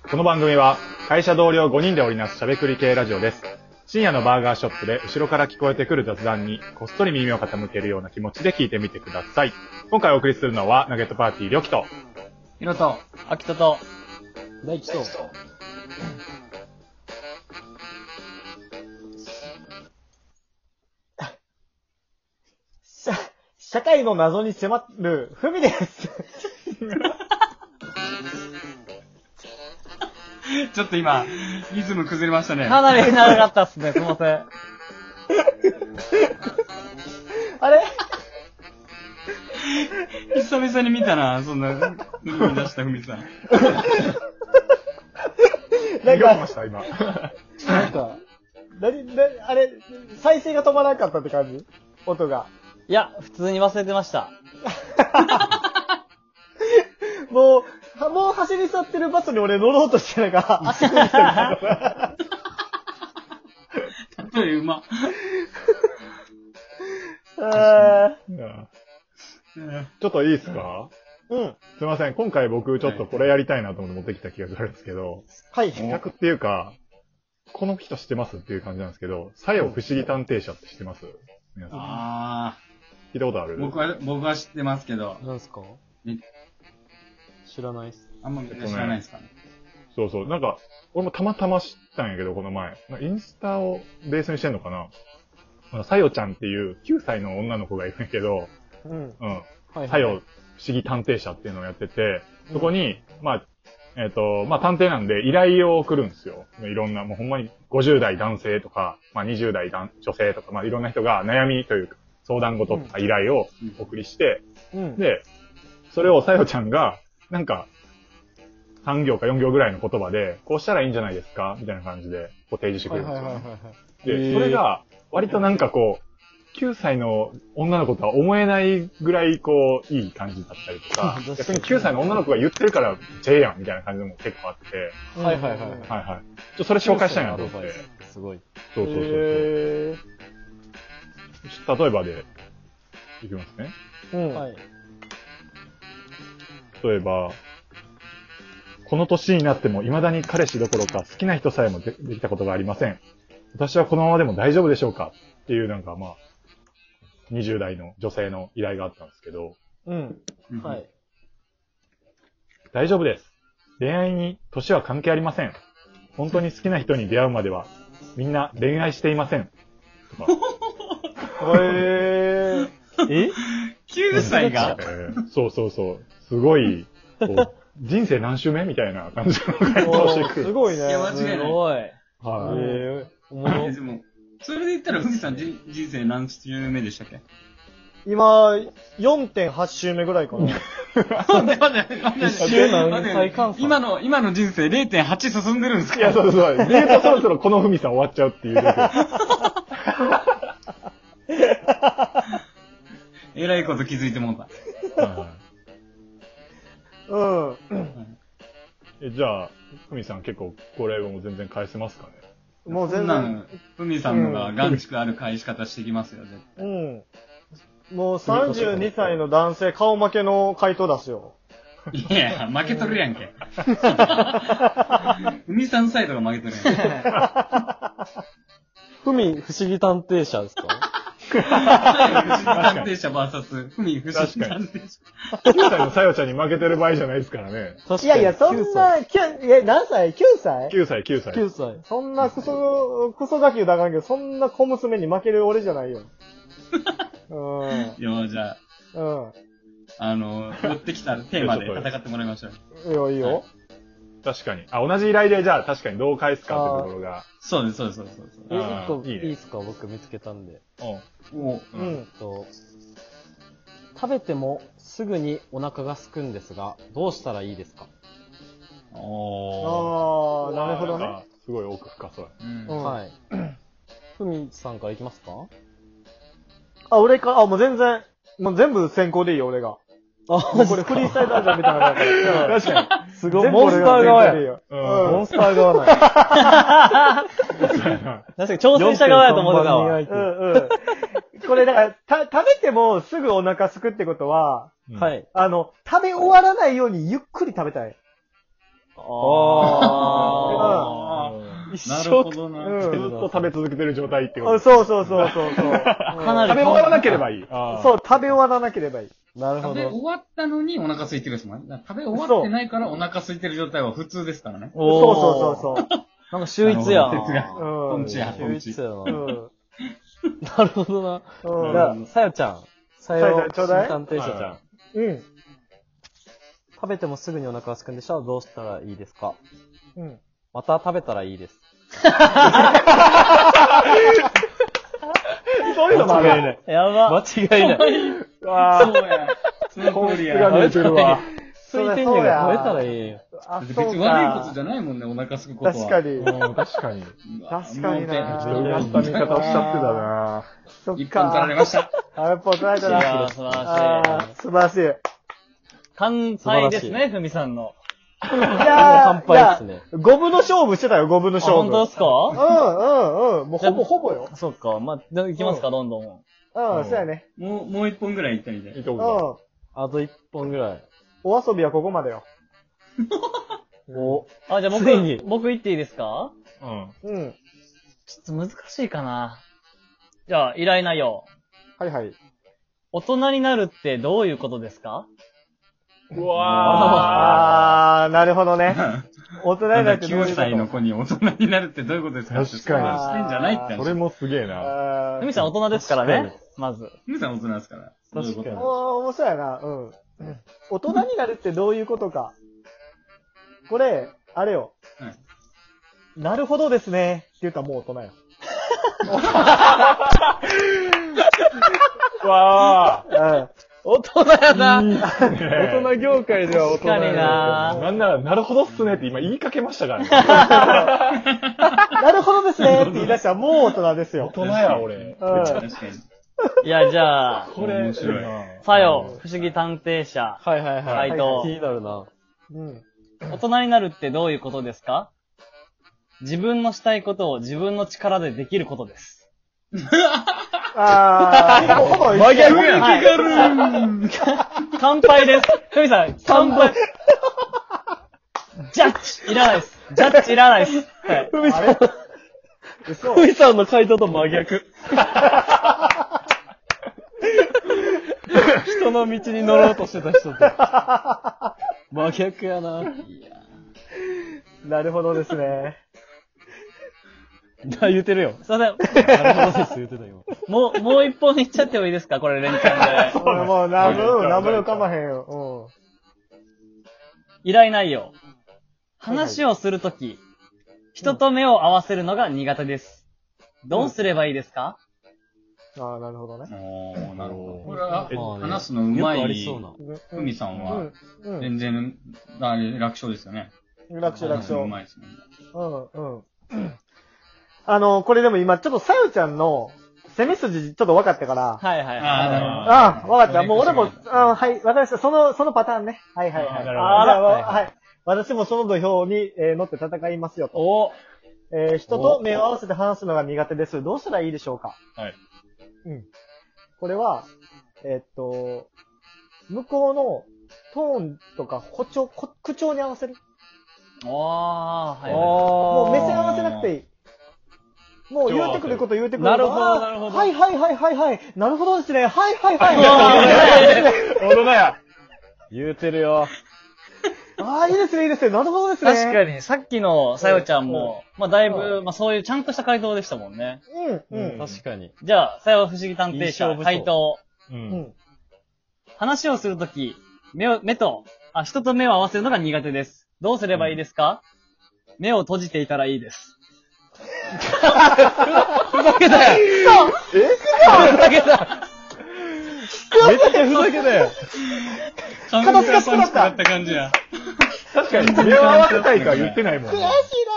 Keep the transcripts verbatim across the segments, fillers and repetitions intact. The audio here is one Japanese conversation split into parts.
この番組は会社同僚ごにんで織りなすしゃべくり系ラジオです。深夜のバーガーショップで後ろから聞こえてくる雑談にこっそり耳を傾けるような気持ちで聞いてみてください。今回お送りするのはナゲットパーティーりょきとひろと秋田と大地と社、社会の謎に迫るふみです。 ちょっと今リズム崩れましたね。 かなり長かったっすね、すいません。 あれ久々に見たな、そんな踏み出したふみさん。 なんか、 ました今。 なんか、なに、な、あれ、再生が止まらなかったって感じ音が。 いや、普通に忘れてました。 もう、もう走り去ってるバスに俺乗ろうとしてなんか、足踏みしてるから。 例えうま。 あちょっといいですか？ ーうん。 すいません。今回僕ちょっとこれやりたいなと思って持ってきた企画があるんですけど、 はい。 企画っていうか、この人知ってますっていう感じなんですけど、作用不思議探偵社って知ってます？皆さん。 あ聞いたことある？ ー、僕は、僕は知ってますけど、 なんすか？ え知らないっす。 あんまり知らないですかね。 そうそう。なんか、俺もたまたま知ったんやけど、この前。インスタをベースにしてんのかな？あのさよちゃんっていうきゅうさいの女の子がいるんやけど、 うん。 うん。 はい、 さよ不思議探偵社っていうのをやってて、そこに、まあ、えっ、と、まあ探偵なんで依頼を送るんですよ。いろんな、もうほんまにごじゅう代男性とか、まあにじゅう代男女性とか、まあいろんな人が悩みというか、相談事とか依頼をお送りして、 うん。 で、それをさよちゃんが、なんか、さん行かよん行ぐらいの言葉で、こうしたらいいんじゃないですかみたいな感じで、こう提示してくれるんですよ、ね。で、それが、割となんかこう、きゅうさいの女の子とは思えないぐらい、こう、いい感じだったりとか、逆にきゅうさいの女の子が言ってるから、じゃええやんみたいな感じのも結構あって、 はいはいはい。 はいはい。ちょっとそれ紹介したいなと思って。 すごい。 そうそうそうそう。 へ例えばで、いきますね。 ー。うん。 はい。 例えば、この年になっても未だに彼氏どころか好きな人さえもでできたことがありません。私はこのままでも大丈夫でしょうかっていうなんかまあ、にじゅう代の女性の依頼があったんですけど、 うん。 はい。 大丈夫です。恋愛に年は関係ありません。本当に好きな人に出会うまでは、みんな恋愛していません。とか。 へー。 えきゅうさいがえーそうそうそう。すごい、こう、人生何周目みたいな感じの回答をしてくる。 すごいね。 いや間違いないすごい。 はい。 へおもろえ。でも、それで言ったらふみさんじ人生何周目でしたっけ？ ー。今、よんてんはち 周目ぐらいかな。 待って待って待って一周何待って歳換算今の、今の人生 れいてんはち 進んでるんですか？ いや、そうそう。で言うとそろそろこのふみさん終わっちゃうっていう状況。 えらいこと気づいてもうた。 はいうん。 えじゃあ、ふみさん結構これも全然返せますかね？ もう全そんな然。 ん、ふみさんのが眼蓄ある返し方してきますよ、絶対。 うん。もうさんじゅうにさいの男性顔負けの回答出すよ。 いや、負けとるやんけ。ふみさんサイドが負けとるやんけ。 ふみ不思議探偵社ですか？ 不思議探偵者 ブイエス ふみ不思議探偵者。 きゅうさいのさよちゃんに負けてる場合じゃないですからね。 確かに。 いやいや、そんな、きゅえ、何歳 ?きゅう 歳きゅうさい、きゅうさい。 きゅうさい。 そんなクソ、クソガキだかんけど、そんな小娘に負ける俺じゃないよ。うん。 いや、じゃあ、 うん。 あの、持ってきたテーマで戦ってもらいましょう。 いいよ、いいよ。 確かに。あ、同じ依頼でじゃあ確かにどう返すかってところが。 そうです、そうです、そうです。そうですえ、 あー一個いいねいいっすか？僕見つけたんで。 うん。 おう。 うんん。 えっと、食べてもすぐにお腹が空くんですが、どうしたらいいですか？ おー。 あー、なるほどね。 あすごい奥深そう。 うんうんはい。ふみさんからいきますか？ あ、俺か、あ、もう全然、もう全部先行でいいよ、俺が。 あ、 もうこれフリースタイルダンジョンみたいな感じだから。 確かに。 すごい。 全部俺モンスター側や。 が先行でいいよ。 うんモンスター側なんや。 そうやな確かに挑戦者側やと思ってたわ。 うんうん。これだから、た、食べてもすぐお腹すくってことは、 うんはい。 あの、食べ終わらないようにゆっくり食べたい。 あー。 一なるほどな。 うんずっと食べ続けてる状態ってこあと。 そうそうそうそうそう。 かなり食べ終わらなければいい。 そう、食べ終わらなければいい。 なるほど。 食べ終わったのにお腹空いてるですもんね。食べ終わってないからお腹空いてる状態は普通ですからね。 おーそうそうそうそう。 なんか秀逸や。 なるほど哲学うんトンチや、トンチ。 秀逸やな。 うん。 なるほどな。 うんじゃあ、さよちゃん。ささよよ、 ちゃんちょうだい探偵者ちゃん。 うん。 食べてもすぐにお腹が空くんでしたらどうしたらいいですか？ うん。 また食べたらいいです。 そういうのもある。 間違いない。やば。間違いない。 わそうや。その通りや。 が見えてるわ。 空いてんねんから食べたらいいよ。 あ、 別そうに悪いことか。 じゃないもんね、お腹すくことは。 確かに。 うん、確かに。 確かになちょっとうがった見方をしちゃってたなそっ一本取られか。 ました。 あ、一本取られたいやな。 ー、素晴らしあー素晴らしい。い乾杯ですね、ふみさんの。 や乾杯っすねいや五分の勝負してたよ、五分のあ、 勝負。 本当ですかうんうんうん。もうほぼほぼよ。 そっか。まあ、行きますか、どんどん。 うん、そうやね。 もう、もう一本ぐらいいったみたい。 いいとうん。 こあと一本ぐらい。 お遊びはここまでよ。 お、 あ、じゃあ僕ついに、 僕言っていいですか？ だ。うん。 うん。 ちょっと難しいかな。じゃあ、依頼内容。 はいはい。 大人になるってどういうことですか？ うわあー、なるほどね。大人になってどういうこときゅうさいの子に大人になるってどういうことですか確かにってしてんじゃないってー。 話。 それもすげえな。 あーふみさん大人ですからね。まず。 ふみさん大人ですから。どういうこと確かにおー、面白いな。うん。大人になるってどういうことか。これ、あれよ。 はいなるほどですね。って言ったらもう大人よ。 わうん。 大人やな。 ー。大人業界では大人確かにななんなら、なるほどっすねって今言いかけましたからね。 なるほどですね。って言い出したらもう大人ですよ大。人や、俺。 うん。 確かに。 いや、じゃあ、 これ、 面白いさよ、不思議探偵者。 はいはいはい。 回答気になるな。 うん。 大人になるってどういうことですか？自分のしたいことを自分の力でできることです。 あー、ほぼほぼ真逆やんはい乾杯です。ふみさん、乾杯。ジャッジいらないです。ジャッジいらないです。はい。 ふみさん、 嘘。 ふみさんの回答と真逆。人の道に乗ろうとしてた人と。真逆やな。 なるほどですね。 言うてるよ。 すいません。 なるほどです、言うてたよ。 もう、もう一本いっちゃってもいいですか？これ連チャンで。 俺もう、なんぼ、なんぼでもかまへんよ。 依頼内容。話をするとき、人と目を合わせるのが苦手です。どうすればいいですか？ うん。あー、なるほどね。 おー、なるほど。これはえ、 話すのうまよくあいりそうな。 ふみさんは、 うん。うん。 全然、あれ、楽勝ですよね。 楽勝楽話すのう勝。 まいですね。 うん、うん。あの、これでも今、ちょっとさよちゃんの攻め筋ちょっと分かったから。 はいはいはい。 あーなるほどああ、分かった。もう俺も、あはい、わかりました。その、そのパターンね。はいはいはい。 あーなるほどじゃあはいはい。私もその土俵に、えー乗って戦いますよと。 おえー人と目を合わせて話すのが苦手です。どうしたらいいでしょうか？ はい。 うん。これは、えーっと、向こうのトーンとか歩調、こ口調に合わせる。 おー、はいはい。 もう目線合わせなくていい。もう言ってくること言ってくること。 なるほどあーなるほどはいはいはいはいはい。なるほどですね。はいはいはい。 大人や。 言うてるよ。 ああ、いいですね、いいですね。なるほどですね。 確かに、さっきのさよちゃんも、まあだいぶ、まあそういうちゃんとした回答でしたもんね。 うん、うん。 確かに。 じゃあ、さよ不思議探偵者、 いい勝負そう回答。 う。 うんん。 話をするとき、目を、目と、あ、人と目を合わせるのが苦手です。どうすればいいですか？目を閉じていたらいいです。ふざけたよ。 えふざけた。 めっちゃふざけだよ。 感じがさんしかった感じや。 確かに、目を合わせたいとは言ってないもんね。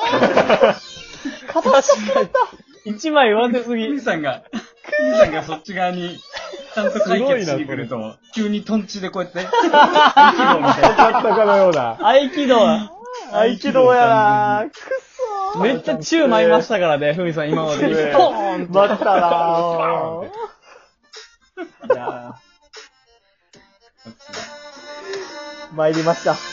一枚上手すふぎみ。さんが、ふみさんがそっち側に、ちゃんと解決しに来ると、急にトンチでこうやって、合気道みたいな。 だったかのような。 合気道だ。 合気道やなー。くそー。 めっちゃ宙舞いましたからね、ふみさん今まで。ポーンと。 待ったなー。 いや参りました。